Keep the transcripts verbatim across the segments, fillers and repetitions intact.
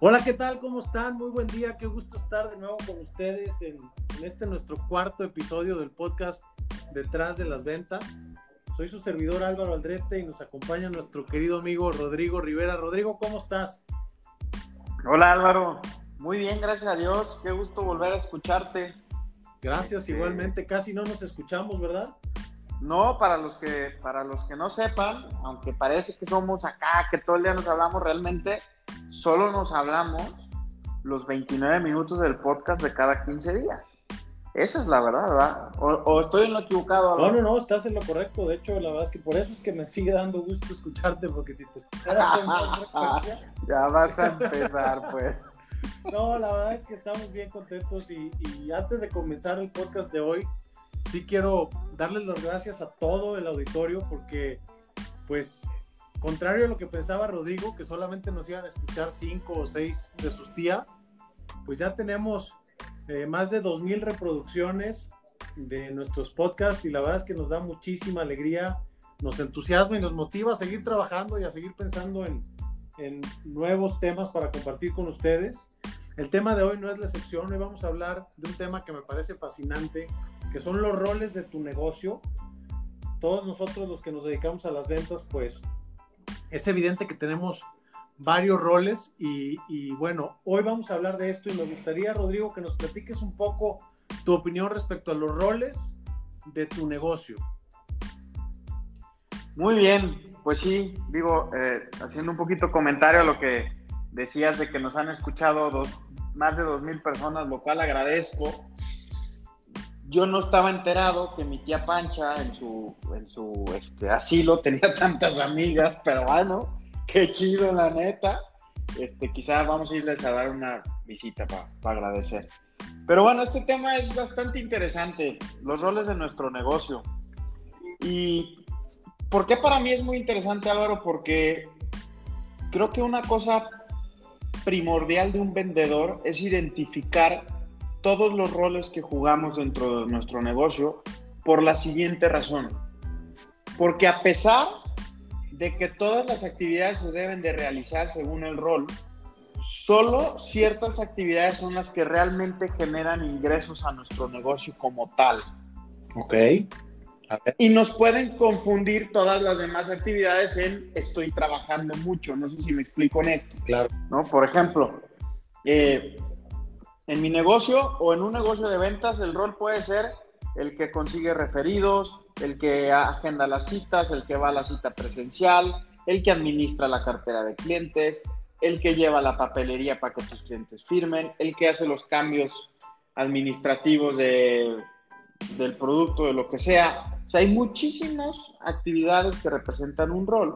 Hola, ¿qué tal? ¿Cómo están? Muy buen día, qué gusto estar de nuevo con ustedes en, en este nuestro cuarto episodio del podcast Detrás de las Ventas. Soy su servidor Álvaro Aldrete y nos acompaña nuestro querido amigo Rodrigo Rivera. Rodrigo, ¿cómo estás? Hola Álvaro, muy bien, gracias a Dios, qué gusto volver a escucharte. Gracias, este... igualmente, casi no nos escuchamos, ¿verdad? No, para los que para los que no sepan, aunque parece que somos acá, que todo el día nos hablamos, realmente solo nos hablamos los veintinueve minutos del podcast de cada quince días. Esa es la verdad, ¿verdad? ¿O, o estoy en lo equivocado, No, Álvaro? no, no, estás en lo correcto. De hecho, la verdad es que por eso es que me sigue dando gusto escucharte, porque si te escuchara con más frecuencia... Ya vas a empezar, pues. No, la verdad es que estamos bien contentos y, y antes de comenzar el podcast de hoy, sí quiero darles las gracias a todo el auditorio porque, pues, contrario a lo que pensaba Rodrigo, que solamente nos iban a escuchar cinco o seis de sus tías, pues ya tenemos eh, más de dos mil reproducciones de nuestros podcasts y la verdad es que nos da muchísima alegría, nos entusiasma y nos motiva a seguir trabajando y a seguir pensando en, en nuevos temas para compartir con ustedes. El tema de hoy no es la excepción, hoy vamos a hablar de un tema que me parece fascinante, que son los roles de tu negocio. Todos nosotros los que nos dedicamos a las ventas, pues es evidente que tenemos varios roles y, y bueno, hoy vamos a hablar de esto y me gustaría, Rodrigo, que nos platiques un poco tu opinión respecto a los roles de tu negocio. Muy bien, pues sí, digo, eh, haciendo un poquito comentario a lo que decías de que nos han escuchado dos, más de dos mil personas, lo cual agradezco. Yo no estaba enterado que mi tía Pancha en su, en su este, asilo tenía tantas amigas, pero bueno, qué chido la neta. Este, quizás vamos a irles a dar una visita para pa agradecer. Pero bueno, este tema es bastante interesante, los roles de nuestro negocio. ¿Y por qué para mí es muy interesante, Álvaro? Porque creo que una cosa primordial de un vendedor es identificar todos los roles que jugamos dentro de nuestro negocio por la siguiente razón. Porque a pesar de que todas las actividades se deben de realizar según el rol, solo ciertas actividades son las que realmente generan ingresos a nuestro negocio como tal. Ok. A ver. Y nos pueden confundir todas las demás actividades en estoy trabajando mucho. No sé si me explico en esto. Claro. ¿No? Por ejemplo, eh, en mi negocio o en un negocio de ventas, el rol puede ser el que consigue referidos, el que agenda las citas, el que va a la cita presencial, el que administra la cartera de clientes, el que lleva la papelería para que tus clientes firmen, el que hace los cambios administrativos de, del producto, de lo que sea. O sea, hay muchísimas actividades que representan un rol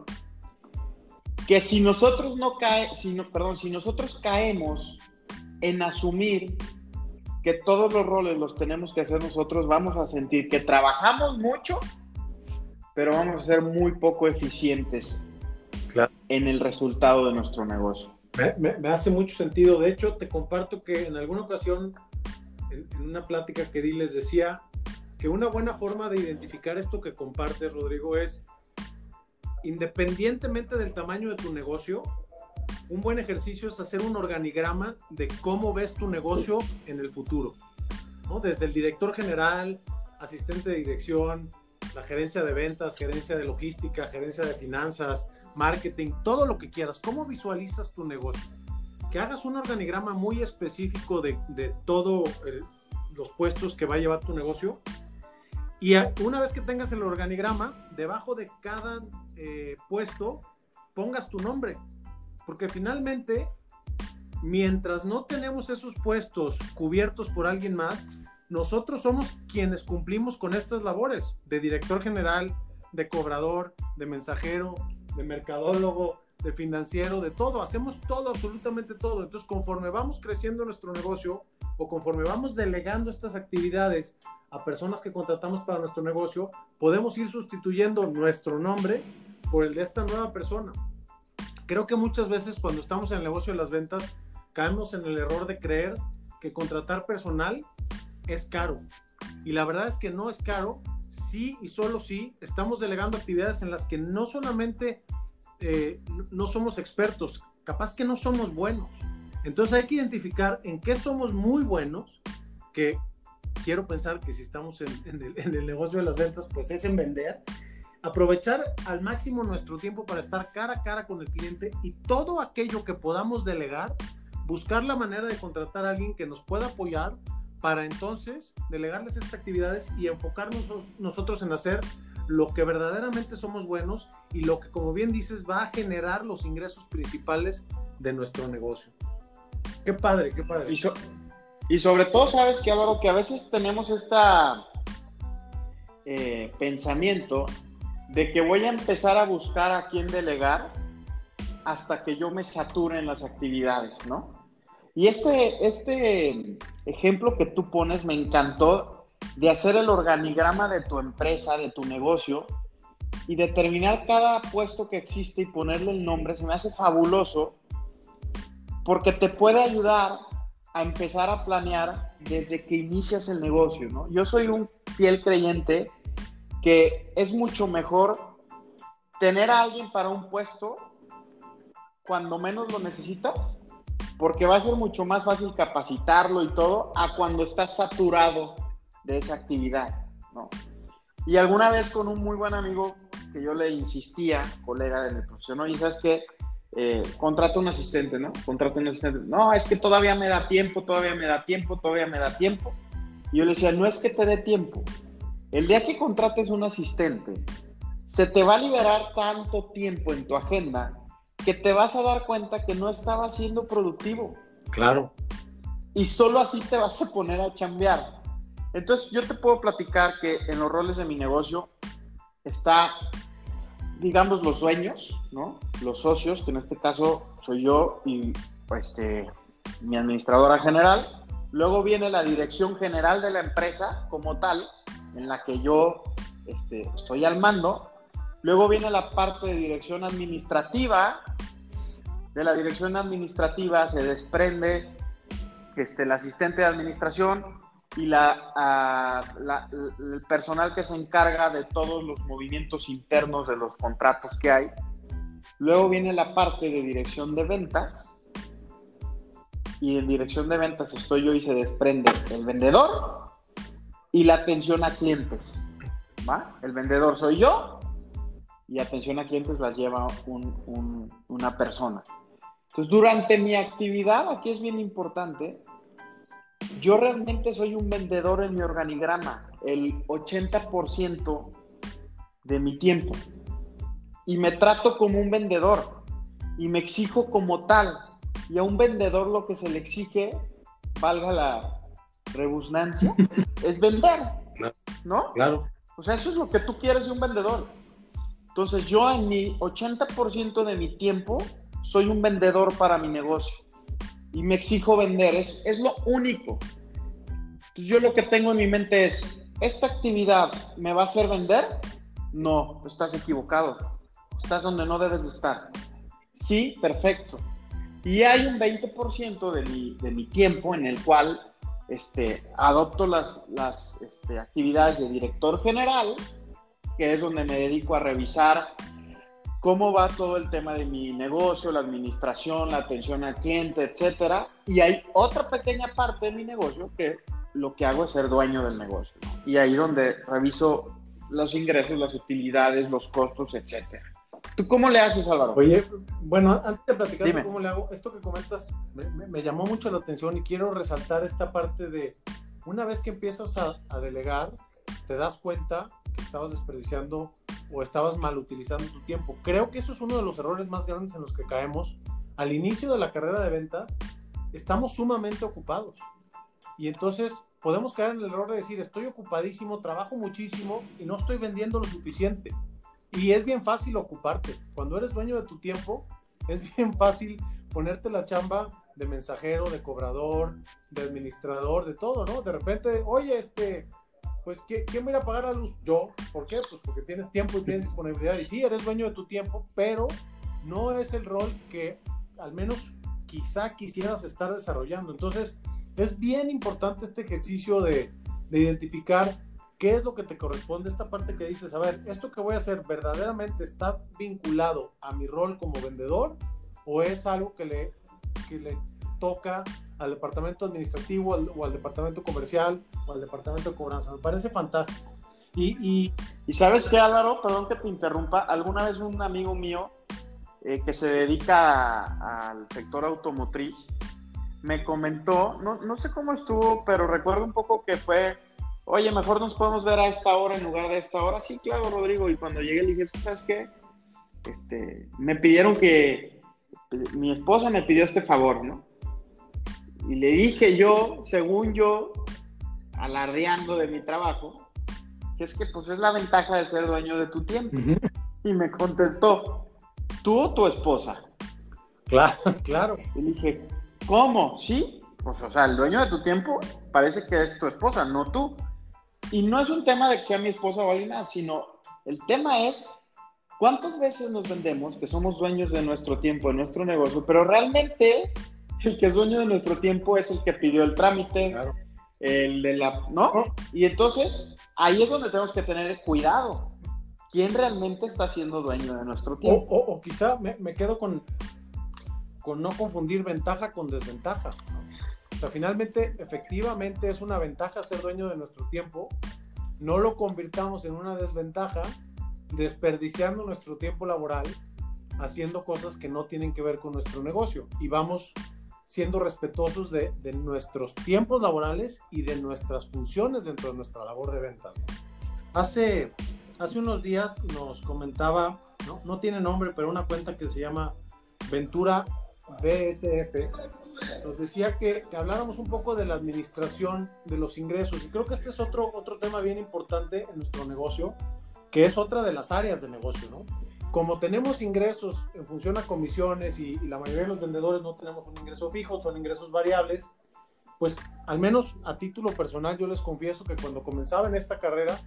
que si nosotros no cae, si no, perdón, si nosotros caemos en asumir que todos los roles los tenemos que hacer nosotros, vamos a sentir que trabajamos mucho, pero vamos a ser muy poco eficientes, claro, en el resultado de nuestro negocio. Me, me, me hace mucho sentido. De hecho, te comparto que en alguna ocasión, en, en una plática que di, les decía que una buena forma de identificar esto que compartes, Rodrigo, es independientemente del tamaño de tu negocio, un buen ejercicio es hacer un organigrama de cómo ves tu negocio en el futuro, ¿no? Desde el director general, asistente de dirección, la gerencia de ventas, gerencia de logística, gerencia de finanzas, marketing, todo lo que quieras. ¿Cómo visualizas tu negocio? Que hagas un organigrama muy específico de, de todos los puestos que va a llevar tu negocio. Y una vez que tengas el organigrama, debajo de cada eh, puesto, pongas tu nombre. Porque finalmente, mientras no tenemos esos puestos cubiertos por alguien más, nosotros somos quienes cumplimos con estas labores de director general, de cobrador, de mensajero, de mercadólogo, de financiero, de todo. Hacemos todo, absolutamente todo. Entonces, conforme vamos creciendo nuestro negocio o conforme vamos delegando estas actividades a personas que contratamos para nuestro negocio, podemos ir sustituyendo nuestro nombre por el de esta nueva persona. Creo que muchas veces cuando estamos en el negocio de las ventas caemos en el error de creer que contratar personal es caro. Y la verdad es que no es caro, sí y solo sí estamos delegando actividades en las que no solamente eh, no somos expertos, capaz que no somos buenos. Entonces hay que identificar en qué somos muy buenos, que quiero pensar que si estamos en, en, el, en el negocio de las ventas, pues es en vender, aprovechar al máximo nuestro tiempo para estar cara a cara con el cliente, y todo aquello que podamos delegar, buscar la manera de contratar a alguien que nos pueda apoyar para entonces delegarles estas actividades y enfocarnos nosotros en hacer lo que verdaderamente somos buenos y lo que, como bien dices, va a generar los ingresos principales de nuestro negocio. Qué padre, qué padre. Y, so, y sobre todo, ¿sabes qué, Álvaro? Que a veces tenemos este eh, pensamiento de que voy a empezar a buscar a quién delegar hasta que yo me sature en las actividades, ¿no? Y este, este ejemplo que tú pones me encantó, de hacer el organigrama de tu empresa, de tu negocio, y determinar cada puesto que existe y ponerle el nombre. Se me hace fabuloso, porque te puede ayudar a empezar a planear desde que inicias el negocio, ¿no? Yo soy un fiel creyente que es mucho mejor tener a alguien para un puesto cuando menos lo necesitas, porque va a ser mucho más fácil capacitarlo y todo, a cuando estás saturado de esa actividad, ¿no? Y alguna vez con un muy buen amigo que yo le insistía, colega de mi profesión, oye, ¿sabes qué? Eh, contrata un asistente, ¿no? Contrata un asistente. No, es que todavía me da tiempo, todavía me da tiempo, todavía me da tiempo. Y yo le decía, no es que te dé tiempo. El día que contrates un asistente, se te va a liberar tanto tiempo en tu agenda que te vas a dar cuenta que no estaba siendo productivo. Claro. Y solo así te vas a poner a chambear. Entonces, yo te puedo platicar que en los roles de mi negocio está, digamos, los dueños, ¿no? Los socios, que en este caso soy yo y este, mi administradora general. Luego viene la dirección general de la empresa como tal, en la que yo este, estoy al mando. Luego viene la parte de dirección administrativa. De la dirección administrativa se desprende este, el asistente de administración y la, uh, la, el personal que se encarga de todos los movimientos internos de los contratos que hay. Luego viene la parte de dirección de ventas, y en dirección de ventas estoy yo y se desprende el vendedor y la atención a clientes, ¿va? El vendedor soy yo y atención a clientes las lleva un, un, una persona. Entonces, durante mi actividad, aquí es bien importante, yo realmente soy un vendedor en mi organigrama, el ochenta por ciento de mi tiempo. Y me trato como un vendedor y me exijo como tal. Y a un vendedor lo que se le exige, valga la rebusnancia, es vender, ¿no? Claro. O sea, eso es lo que tú quieres de un vendedor. Entonces, yo en mi ochenta por ciento de mi tiempo soy un vendedor para mi negocio. Y me exijo vender, es, es lo único. Entonces, yo lo que tengo en mi mente es, ¿esta actividad me va a hacer vender? No, estás equivocado. Estás donde no debes de estar. Sí, perfecto. Y hay un veinte por ciento de mi, de mi tiempo en el cual este, adopto las, las este, actividades de director general, que es donde me dedico a revisar cómo va todo el tema de mi negocio, la administración, la atención al cliente, etcétera. Y hay otra pequeña parte de mi negocio que lo que hago es ser dueño del negocio, ¿no? Y ahí donde reviso los ingresos, las utilidades, los costos, etcétera. ¿Tú cómo le haces, Álvaro? Oye, bueno, antes de platicar Dime. cómo le hago, esto que comentas me, me, me llamó mucho la atención y quiero resaltar esta parte de, una vez que empiezas a, a delegar, te das cuenta que estabas desperdiciando o estabas mal utilizando tu tiempo. Creo que eso es uno de los errores más grandes en los que caemos. Al inicio de la carrera de ventas, estamos sumamente ocupados. Y entonces podemos caer en el error de decir, estoy ocupadísimo, trabajo muchísimo y no estoy vendiendo lo suficiente. Y es bien fácil ocuparte. Cuando eres dueño de tu tiempo, es bien fácil ponerte la chamba de mensajero, de cobrador, de administrador, de todo, ¿no? De repente, oye, este... pues, ¿quién va a ir a pagar la luz? Yo. ¿Por qué? Pues porque tienes tiempo y tienes disponibilidad. Y sí, eres dueño de tu tiempo, pero no es el rol que al menos quizá quisieras estar desarrollando. Entonces, es bien importante este ejercicio de, de identificar qué es lo que te corresponde. Esta parte que dices, a ver, ¿esto que voy a hacer verdaderamente está vinculado a mi rol como vendedor? ¿O es algo que le, que le toca al departamento administrativo al, o al departamento comercial o al departamento de cobranza. Me parece fantástico. Y, y, y ¿sabes qué, Álvaro? Perdón que te interrumpa. Alguna vez un amigo mío eh, que se dedica a, al sector automotriz me comentó, no, no sé cómo estuvo, pero recuerdo un poco que fue, oye, mejor nos podemos ver a esta hora en lugar de esta hora. Sí, claro, Rodrigo. Y cuando llegué le dije, ¿sabes qué? Este, me pidieron que, mi esposa me pidió este favor, ¿no? Y le dije yo, según yo, alardeando de mi trabajo, que es que pues es la ventaja de ser dueño de tu tiempo. Uh-huh. Y me contestó, ¿tú o tu esposa? Claro, claro. Y le dije, ¿cómo? ¿Sí? Pues, o sea, el dueño de tu tiempo parece que es tu esposa, no tú. Y no es un tema de que sea mi esposa o alguien más, sino el tema es ¿cuántas veces nos vendemos que somos dueños de nuestro tiempo, de nuestro negocio, pero realmente el que es dueño de nuestro tiempo es el que pidió el trámite, claro, el de la, ¿no? Y entonces ahí es donde tenemos que tener cuidado. ¿Quién realmente está siendo dueño de nuestro tiempo? O, o, o quizá me, me quedo con, con no confundir ventaja con desventaja, ¿no? O sea, finalmente, efectivamente es una ventaja ser dueño de nuestro tiempo. No lo convirtamos en una desventaja desperdiciando nuestro tiempo laboral haciendo cosas que no tienen que ver con nuestro negocio, y vamos siendo respetuosos de, de nuestros tiempos laborales y de nuestras funciones dentro de nuestra labor de ventas. Hace, hace unos días nos comentaba, ¿no? No tiene nombre, pero una cuenta que se llama Ventura B S F, nos decía que, que habláramos un poco de la administración de los ingresos, y creo que este es otro, otro tema bien importante en nuestro negocio, que es otra de las áreas de negocio, ¿no? Como tenemos ingresos en función a comisiones y, y la mayoría de los vendedores no tenemos un ingreso fijo, son ingresos variables, pues al menos a título personal yo les confieso que cuando comenzaba en esta carrera,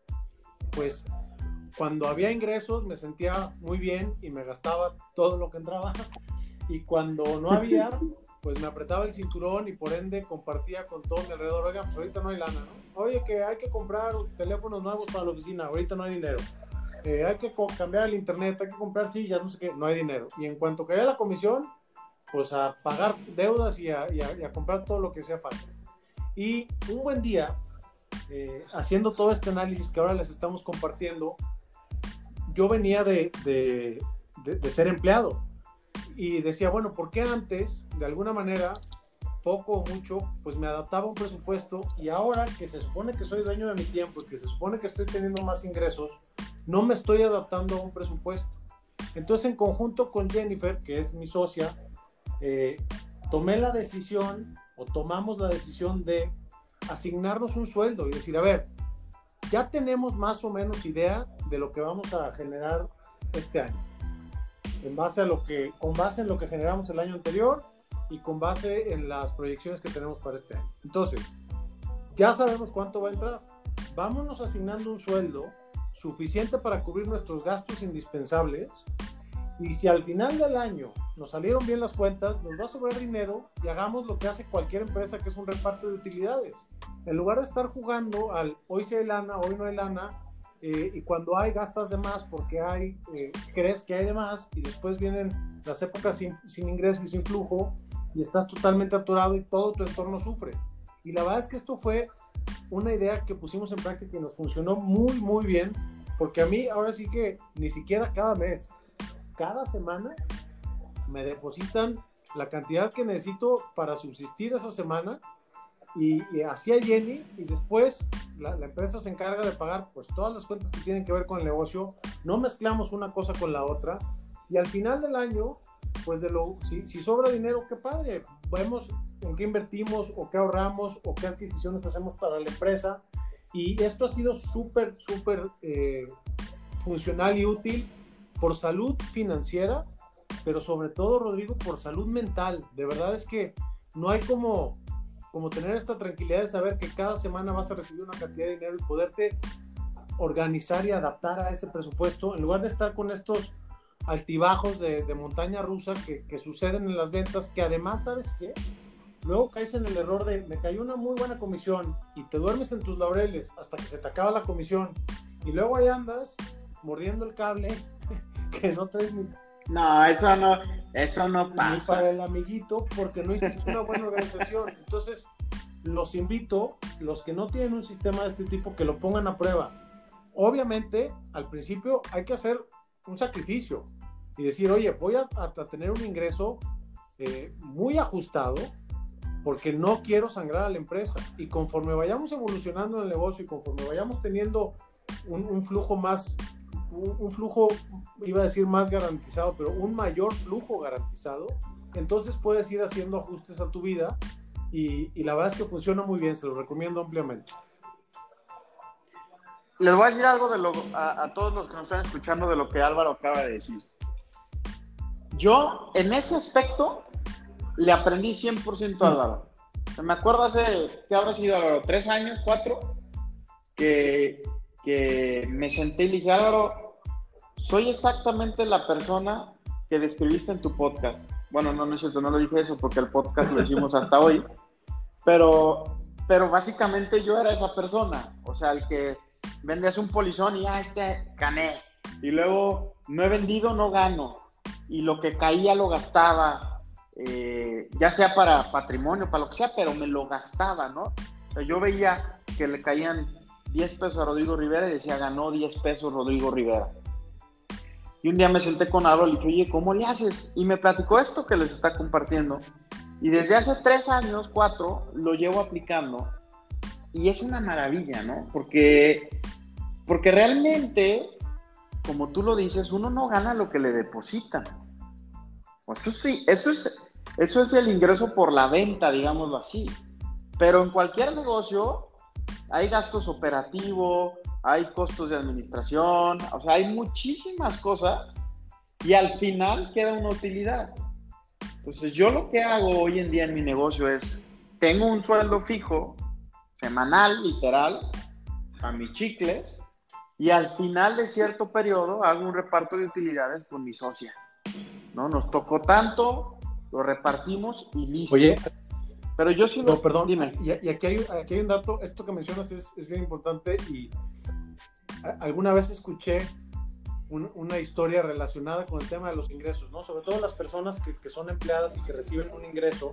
pues cuando había ingresos me sentía muy bien y me gastaba todo lo que entraba, y cuando no había, pues me apretaba el cinturón y por ende compartía con todo mi alrededor, oigan, pues ahorita no hay lana, ¿no? Oye, que hay que comprar teléfonos nuevos para la oficina, ahorita no hay dinero. Eh, hay que co- cambiar el internet, hay que comprar sillas, no sé qué, no hay dinero. Y en cuanto caía la comisión, pues a pagar deudas y a, y a, y a comprar todo lo que sea falta. Y un buen día, eh, haciendo todo este análisis que ahora les estamos compartiendo, yo venía de, de, de, de ser empleado y decía, bueno, ¿por qué antes, de alguna manera, poco o mucho, pues me adaptaba a un presupuesto, y ahora que se supone que soy dueño de mi tiempo y que se supone que estoy teniendo más ingresos, no me estoy adaptando a un presupuesto? Entonces, en conjunto con Jennifer, que es mi socia, eh, tomé la decisión, o tomamos la decisión de asignarnos un sueldo y decir, a ver, ya tenemos más o menos idea de lo que vamos a generar este año, en base a lo que, con base en lo que generamos el año anterior y con base en las proyecciones que tenemos para este año. Entonces, ya sabemos cuánto va a entrar. Vámonos asignando un sueldo suficiente para cubrir nuestros gastos indispensables, y si al final del año nos salieron bien las cuentas, nos va a sobrar dinero y hagamos lo que hace cualquier empresa, que es un reparto de utilidades. En lugar de estar jugando al hoy sí hay lana, hoy no hay lana, eh, y cuando hay gastas de más porque hay, eh, crees que hay de más, y después vienen las épocas sin, sin ingreso y sin flujo y estás totalmente atorado y todo tu entorno sufre. Y la verdad es que esto fue una idea que pusimos en práctica y nos funcionó muy muy bien, porque a mí ahora sí que ni siquiera cada mes, cada semana me depositan la cantidad que necesito para subsistir esa semana, y, y así a Jenny, y después la, la empresa se encarga de pagar pues todas las cuentas que tienen que ver con el negocio. No mezclamos una cosa con la otra, y al final del año pues de lo, si, si sobra dinero, qué padre, vemos en qué invertimos o qué ahorramos o qué adquisiciones hacemos para la empresa. Y esto ha sido súper súper eh, funcional y útil por salud financiera, pero sobre todo, Rodrigo, por salud mental. De verdad es que no hay como, como tener esta tranquilidad de saber que cada semana vas a recibir una cantidad de dinero y poderte organizar y adaptar a ese presupuesto, en lugar de estar con estos altibajos de, de montaña rusa que, que suceden en las ventas, que además, ¿sabes qué? Luego caes en el error de, me cayó una muy buena comisión, y te duermes en tus laureles hasta que se te acaba la comisión, y luego ahí andas mordiendo el cable que no traes ni, No, eso no, eso no Ni pasa. para el amiguito, porque no hiciste una buena organización. Entonces, los invito, los que no tienen un sistema de este tipo, que lo pongan a prueba. Obviamente, al principio hay que hacer un sacrificio y decir, oye, voy a, a tener un ingreso eh, muy ajustado porque no quiero sangrar a la empresa. Y conforme vayamos evolucionando en el negocio y conforme vayamos teniendo un, un flujo más, un, un flujo, iba a decir más garantizado, pero un mayor flujo garantizado, entonces puedes ir haciendo ajustes a tu vida y, y la verdad es que funciona muy bien, se lo recomiendo ampliamente. Les voy a decir algo de lo, a, a todos los que nos están escuchando de lo que Álvaro acaba de decir. Yo, en ese aspecto, le aprendí cien por ciento a Álvaro. Me acuerdo hace, ¿qué habrá sido, Álvaro? ¿Tres años? ¿Cuatro? Que, que me senté y le dije, Álvaro, soy exactamente la persona que describiste en tu podcast. Bueno, no, no es cierto, no lo dije eso porque el podcast lo hicimos hasta hoy. Pero, pero básicamente yo era esa persona. O sea, el que vendías un polizón y ya este gané. Y luego no he vendido, no gano. Y lo que caía lo gastaba. Eh, ya sea para patrimonio, para lo que sea, pero me lo gastaba, ¿no? O sea, yo veía que le caían diez pesos a Rodrigo Rivera y decía, ganó diez pesos Rodrigo Rivera. Y un día me senté con Álvaro y le dije, oye, ¿cómo le haces? Y me platicó esto que les está compartiendo. Y desde hace tres años, cuatro, lo llevo aplicando. Y es una maravilla, ¿no? Porque, porque realmente, como tú lo dices, uno no gana lo que le depositan. Eso sí, eso es, eso es el ingreso por la venta, digámoslo así. Pero en cualquier negocio hay gastos operativos, hay costos de administración, o sea, hay muchísimas cosas y al final queda una utilidad. Entonces, yo lo que hago hoy en día en mi negocio es, tengo un sueldo fijo, semanal, literal, a mis chicles, y al final de cierto periodo hago un reparto de utilidades con mi socia. ¿No? Nos tocó tanto, lo repartimos y listo. Oye, pero yo sí lo... No, perdón, dime. Y, y aquí, hay, aquí hay un dato, esto que mencionas es, es bien importante y a, alguna vez escuché un, una historia relacionada con el tema de los ingresos, ¿no? Sobre todo las personas que, que son empleadas y que reciben un ingreso,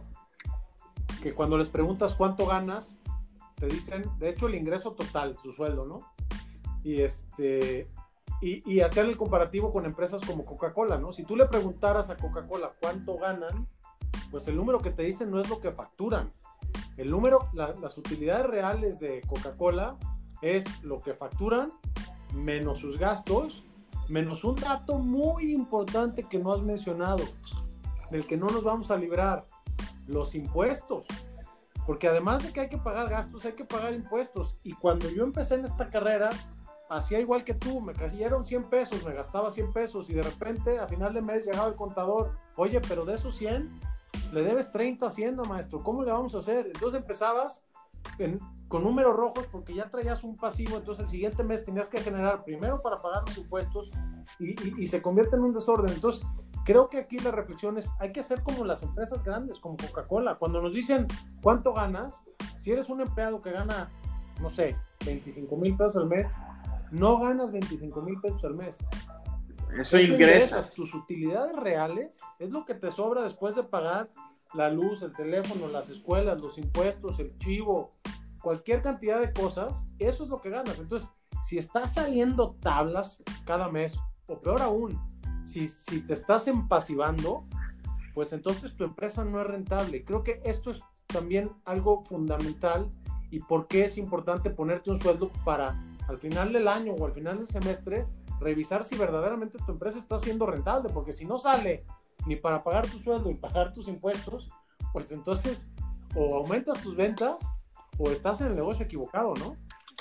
que cuando les preguntas cuánto ganas, te dicen, de hecho, el ingreso total, su sueldo, ¿no? Y este... Y, y hacer el comparativo con empresas como Coca-Cola, ¿no? Si tú le preguntaras a Coca-Cola cuánto ganan, pues el número que te dicen no es lo que facturan. El número, la, las utilidades reales de Coca-Cola es lo que facturan menos sus gastos, menos un dato muy importante que no has mencionado, del que no nos vamos a librar, los impuestos. Porque además de que hay que pagar gastos, hay que pagar impuestos. Y cuando yo empecé en esta carrera, hacía igual que tú, me cayeron cien pesos, me gastaba cien pesos y de repente a final de mes llegaba el contador, oye, pero de esos cien le debes treinta a Hacienda, maestro, ¿cómo le vamos a hacer? Entonces empezabas en, con números rojos porque ya traías un pasivo, entonces el siguiente mes tenías que generar primero para pagar los impuestos y, y, y se convierte en un desorden. Entonces creo que aquí la reflexión es, hay que hacer como las empresas grandes, como Coca-Cola, cuando nos dicen cuánto ganas, si eres un empleado que gana, no sé, veinticinco mil pesos al mes, no ganas veinticinco mil pesos al mes. Eso, Eso ingresas. ingresas. Tus utilidades reales es lo que te sobra después de pagar la luz, el teléfono, las escuelas, los impuestos, el chivo, cualquier cantidad de cosas. Eso es lo que ganas. Entonces, si estás saliendo tablas cada mes, o peor aún, si, si te estás empasivando, pues entonces tu empresa no es rentable. Creo que esto es también algo fundamental y por qué es importante ponerte un sueldo para al final del año o al final del semestre revisar si verdaderamente tu empresa está siendo rentable, porque si no sale ni para pagar tu sueldo y pagar tus impuestos, pues entonces o aumentas tus ventas o estás en el negocio equivocado, ¿no?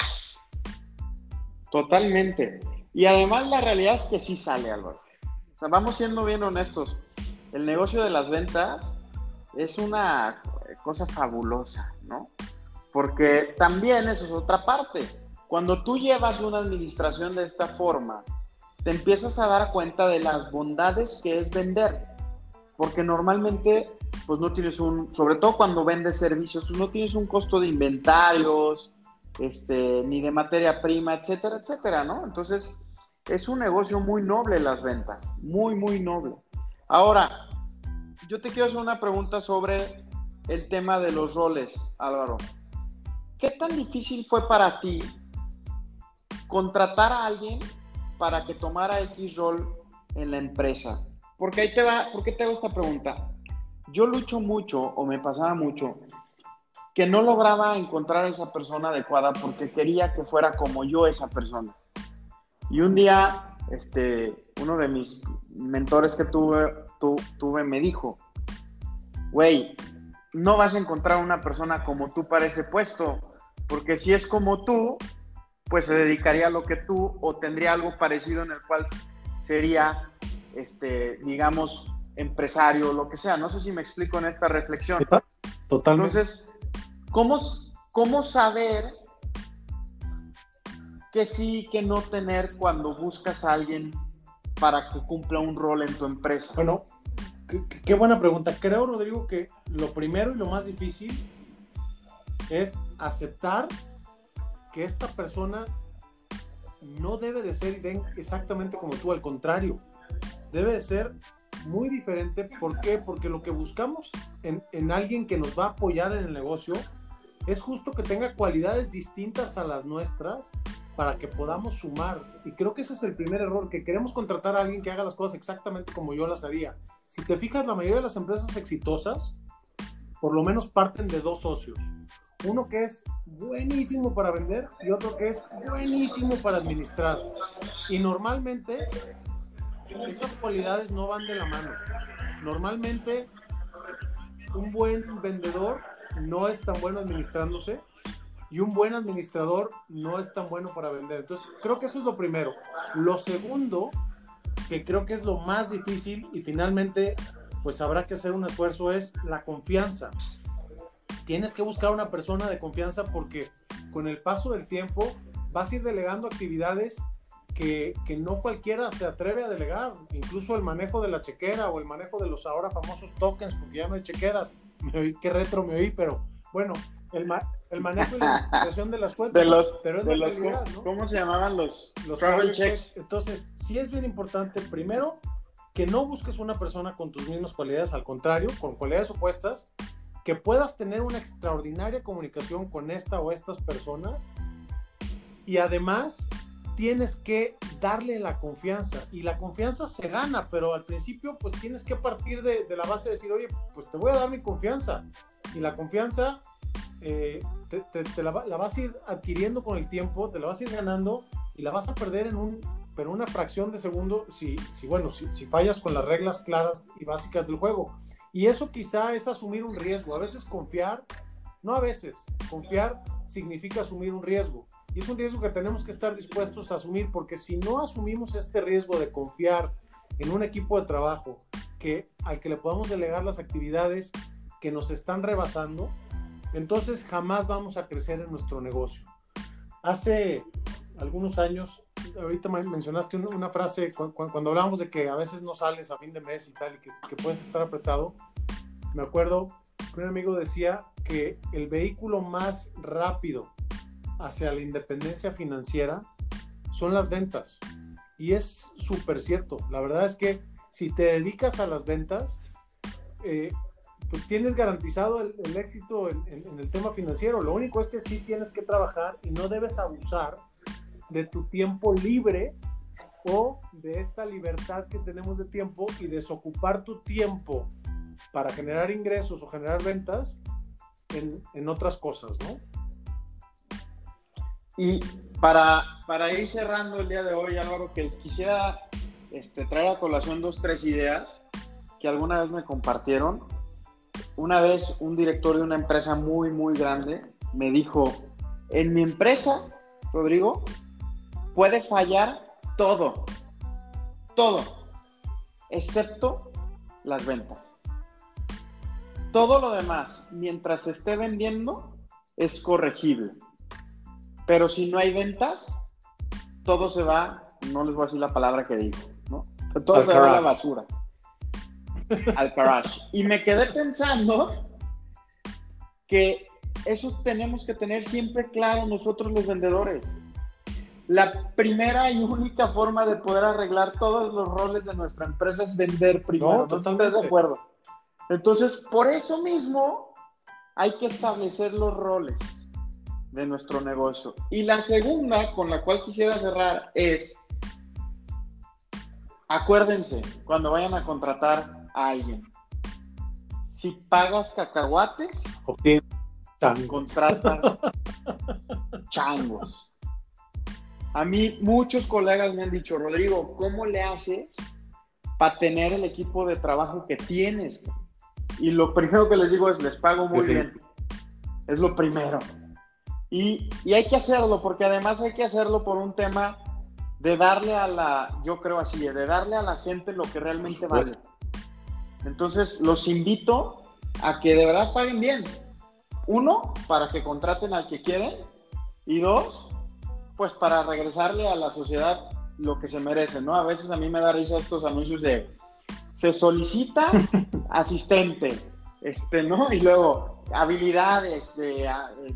Totalmente. Y además la realidad es que sí sale, Álvaro. O sea, vamos siendo bien honestos. El negocio de las ventas es una cosa fabulosa, ¿no? Porque también eso es otra parte. Cuando tú llevas una administración de esta forma, te empiezas a dar cuenta de las bondades que es vender. Porque normalmente, pues no tienes un, sobre todo cuando vendes servicios, pues no tienes un costo de inventarios, este, ni de materia prima, etcétera, etcétera, ¿no? Entonces, es un negocio muy noble las ventas, muy, muy noble. Ahora, yo te quiero hacer una pregunta sobre el tema de los roles, Álvaro. ¿Qué tan difícil fue para ti contratar a alguien para que tomara X rol en la empresa? Porque ahí te va, ¿por qué te hago esta pregunta? Yo lucho mucho, o me pasaba mucho, que no lograba encontrar a esa persona adecuada porque quería que fuera como yo esa persona. Y un día, este, uno de mis mentores que tuve, tu, tuve me dijo, güey, no vas a encontrar una persona como tú para ese puesto, porque si es como tú, pues se dedicaría a lo que tú, o tendría algo parecido en el cual sería, este, digamos, empresario o lo que sea. No sé si me explico en esta reflexión. Totalmente. Entonces, ¿cómo, cómo saber que sí, que no tener cuando buscas a alguien para que cumpla un rol en tu empresa? Bueno, qué, qué buena pregunta. Creo, Rodrigo, que lo primero y lo más difícil es aceptar que esta persona no debe de ser exactamente como tú, al contrario, debe de ser muy diferente. ¿Por qué? Porque lo que buscamos en, en alguien que nos va a apoyar en el negocio es justo que tenga cualidades distintas a las nuestras para que podamos sumar. Y creo que ese es el primer error, que queremos contratar a alguien que haga las cosas exactamente como yo las haría. Si te fijas, la mayoría de las empresas exitosas por lo menos parten de dos socios. Uno que es buenísimo para vender y otro que es buenísimo para administrar. Y normalmente esas cualidades no van de la mano. Normalmente un buen vendedor no es tan bueno administrándose y un buen administrador no es tan bueno para vender. Entonces creo que eso es lo primero. Lo segundo, que creo que es lo más difícil y finalmente pues habrá que hacer un esfuerzo, es la confianza. Tienes que buscar una persona de confianza porque con el paso del tiempo vas a ir delegando actividades que, que no cualquiera se atreve a delegar. Incluso el manejo de la chequera o el manejo de los ahora famosos tokens, porque ya no hay chequeras. Me oí, qué retro me oí, pero bueno, el, ma el manejo y la administración de las cuentas. De los, pero es de la los realidad, ¿cómo, ¿no? ¿Cómo se llamaban los, los travel checks? checks? Entonces, sí es bien importante, primero, que no busques una persona con tus mismas cualidades, al contrario, con cualidades opuestas, que puedas tener una extraordinaria comunicación con esta o estas personas, y además tienes que darle la confianza, y la confianza se gana, pero al principio pues tienes que partir de, de la base de decir, oye, pues te voy a dar mi confianza, y la confianza eh, te, te, te la, la vas a ir adquiriendo con el tiempo, te la vas a ir ganando, y la vas a perder en un, pero una fracción de segundo, si, si bueno, si, si fallas con las reglas claras y básicas del juego. Y eso quizá es asumir un riesgo. A veces confiar, no a veces, confiar significa asumir un riesgo. Y es un riesgo que tenemos que estar dispuestos a asumir, porque si no asumimos este riesgo de confiar en un equipo de trabajo que, al que le podamos delegar las actividades que nos están rebasando, entonces jamás vamos a crecer en nuestro negocio. Hace algunos años, ahorita mencionaste una frase cuando hablábamos de que a veces no sales a fin de mes y tal, y que, que puedes estar apretado. Me acuerdo que un amigo decía que el vehículo más rápido hacia la independencia financiera son las ventas, y es súper cierto. La verdad es que si te dedicas a las ventas, eh, pues tienes garantizado el, el éxito en, en, en el tema financiero. Lo único es que sí tienes que trabajar y no debes abusar de tu tiempo libre o de esta libertad que tenemos de tiempo y desocupar tu tiempo para generar ingresos o generar ventas en, en otras cosas, ¿no? Y para, para ir cerrando el día de hoy, Álvaro, que quisiera este, traer a colación dos, tres ideas que alguna vez me compartieron. Una vez un director de una empresa muy, muy grande me dijo, en mi empresa, Rodrigo, puede fallar todo, todo, excepto las ventas. Todo lo demás, mientras se esté vendiendo, es corregible. Pero si no hay ventas, todo se va, no les voy a decir la palabra que digo, ¿no? Todo se va a la basura. Al garage. Y me quedé pensando que eso tenemos que tener siempre claro nosotros los vendedores. la primera y única forma de poder arreglar todos los roles de nuestra empresa es vender primero. No, no estás de acuerdo. Entonces, por eso mismo hay que establecer los roles de nuestro negocio. Y la segunda, con la cual quisiera cerrar, es, acuérdense, cuando vayan a contratar a alguien, si pagas cacahuates, okay. contratas changos. A mí muchos colegas me han dicho, Rodrigo, ¿cómo le haces para tener el equipo de trabajo que tienes? Y lo primero que les digo es, les pago muy bien. Es lo primero. Y, y hay que hacerlo, porque además hay que hacerlo por un tema de darle a la, yo creo así, de darle a la gente lo que realmente vale. Entonces, los invito a que de verdad paguen bien. Uno, para que contraten al que quieren. Y dos, pues para regresarle a la sociedad lo que se merece, ¿no? A veces a mí me da risa estos anuncios de se solicita asistente, este, ¿no? Y luego habilidades, de,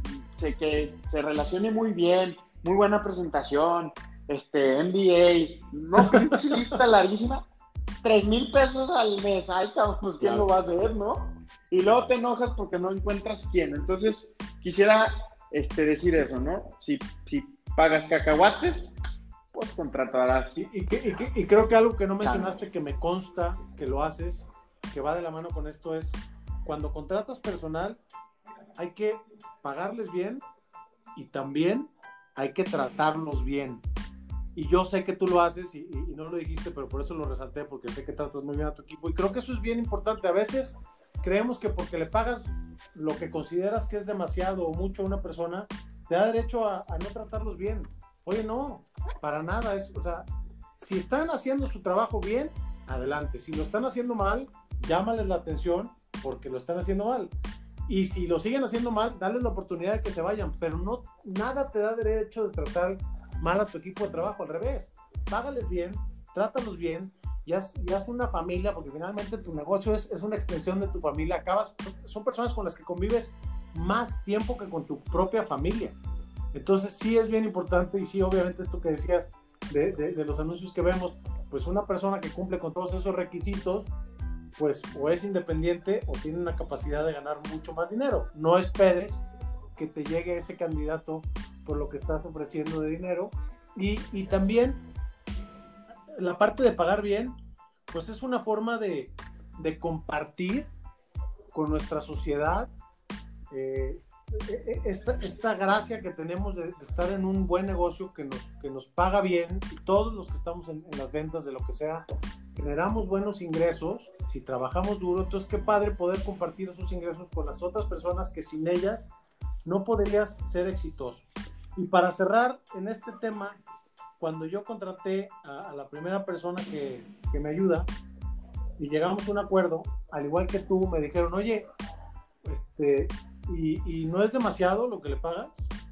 de que se relacione muy bien, muy buena presentación, este, M B A, no, pinche lista larguísima, tres mil pesos al mes, ay, cabrón, pues quién claro. lo va a hacer, ¿no? Y luego te enojas porque no encuentras quién. Entonces, quisiera este, decir eso, ¿no? Si, si pagas cacahuates, pues contratarás. Y, y, que, y, que, y creo que algo que no mencionaste, que me consta que lo haces, que va de la mano con esto, es cuando contratas personal, hay que pagarles bien y también hay que tratarlos bien. Y yo sé que tú lo haces y, y, y no lo dijiste, pero por eso lo resalté, porque sé que tratas muy bien a tu equipo. Y creo que eso es bien importante. A veces creemos que porque le pagas lo que consideras que es demasiado o mucho a una persona, te da derecho a, a no tratarlos bien. Oye, no, para nada. Es, o sea, si están haciendo su trabajo bien, adelante. Si lo están haciendo mal, llámales la atención porque lo están haciendo mal. Y si lo siguen haciendo mal, dales la oportunidad de que se vayan. Pero no, nada te da derecho de tratar mal a tu equipo de trabajo. Al revés, págales bien, trátalos bien y haz, y haz una familia, porque finalmente tu negocio es, es una extensión de tu familia. Acabas, son personas con las que convives más tiempo que con tu propia familia. Entonces sí es bien importante, y sí, obviamente esto que decías de, de, de los anuncios que vemos, pues una persona que cumple con todos esos requisitos, pues o es independiente o tiene una capacidad de ganar mucho más dinero. No esperes que te llegue ese candidato por lo que estás ofreciendo de dinero. Y, y también la parte de pagar bien, pues es una forma de, de compartir con nuestra sociedad eh, esta, esta gracia que tenemos de, de estar en un buen negocio que nos, que nos paga bien, y todos los que estamos en, en las ventas de lo que sea, generamos buenos ingresos si trabajamos duro. Entonces qué padre poder compartir esos ingresos con las otras personas que sin ellas no podrías ser exitoso. Y para cerrar en este tema, cuando yo contraté a, a la primera persona que, que me ayuda y llegamos a un acuerdo, al igual que tú, me dijeron, oye, este, y, y no es demasiado lo que le pagas.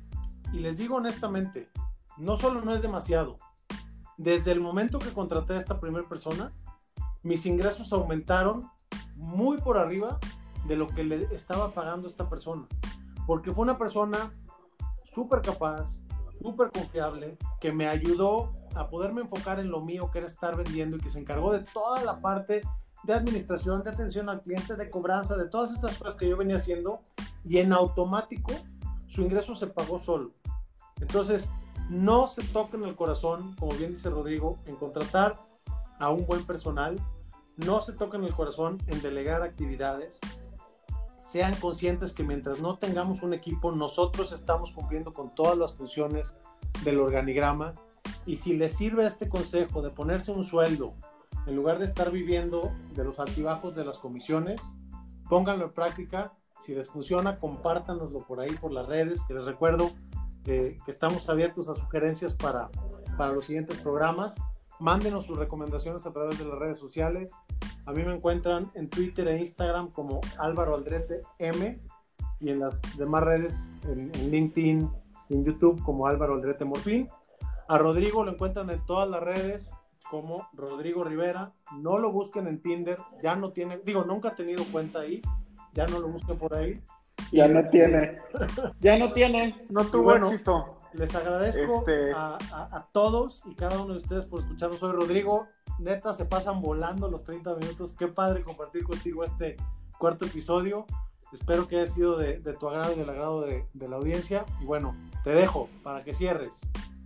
Y les digo honestamente, no solo no es demasiado, desde el momento que contraté a esta primera persona, mis ingresos aumentaron muy por arriba de lo que le estaba pagando esta persona, porque fue una persona súper capaz, súper confiable, que me ayudó a poderme enfocar en lo mío, que era estar vendiendo, y que se encargó de toda la parte de administración, de atención al cliente, de cobranza, de todas estas cosas que yo venía haciendo, y en automático su ingreso se pagó solo. Entonces, no se toquen el corazón, como bien dice Rodrigo, en contratar a un buen personal, no se toquen el corazón en delegar actividades. Sean conscientes que mientras no tengamos un equipo, nosotros estamos cumpliendo con todas las funciones del organigrama. Y si les sirve este consejo de ponerse un sueldo en lugar de estar viviendo de los altibajos de las comisiones, pónganlo en práctica. Si les funciona, compártanoslo por ahí, por las redes, que les recuerdo eh, que estamos abiertos a sugerencias para, para los siguientes programas. Mándenos sus recomendaciones a través de las redes sociales. A mí me encuentran en Twitter e Instagram como Álvaro Aldrete M, y en las demás redes, en, en LinkedIn y en YouTube como Álvaro Aldrete Morfín. A Rodrigo lo encuentran en todas las redes como Rodrigo Rivera. No lo busquen en Tinder, ya no tiene, digo, nunca ha tenido cuenta ahí, ya no lo busquen por ahí. Ya no tiene, ya no tiene, no tuvo bueno, éxito. Les agradezco este... a, a, a todos y cada uno de ustedes por escucharnos. Soy Rodrigo. Neta, se pasan volando los treinta minutos. Qué padre compartir contigo este cuarto episodio. Espero que haya sido de, de tu agrado y del agrado de, de la audiencia. Y bueno, te dejo para que cierres.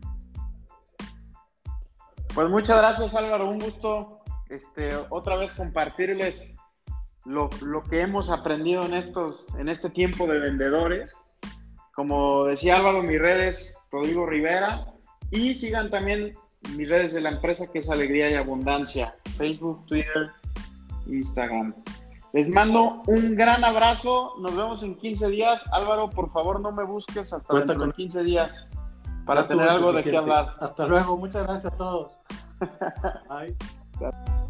Pues muchas gracias, Álvaro. Un gusto este, otra vez compartirles Lo, lo que hemos aprendido en estos en este tiempo de vendedores. Como decía Álvaro, mis redes, Rodrigo Rivera, y sigan también mis redes de la empresa, que es Alegría y Abundancia, Facebook, Twitter, Instagram. Les mando un gran abrazo, nos vemos en quince días. Álvaro, por favor, no me busques hasta Cuenta dentro con... de quince días para tener algo suficiente. De qué hablar. Hasta luego, muchas gracias a todos. Bye.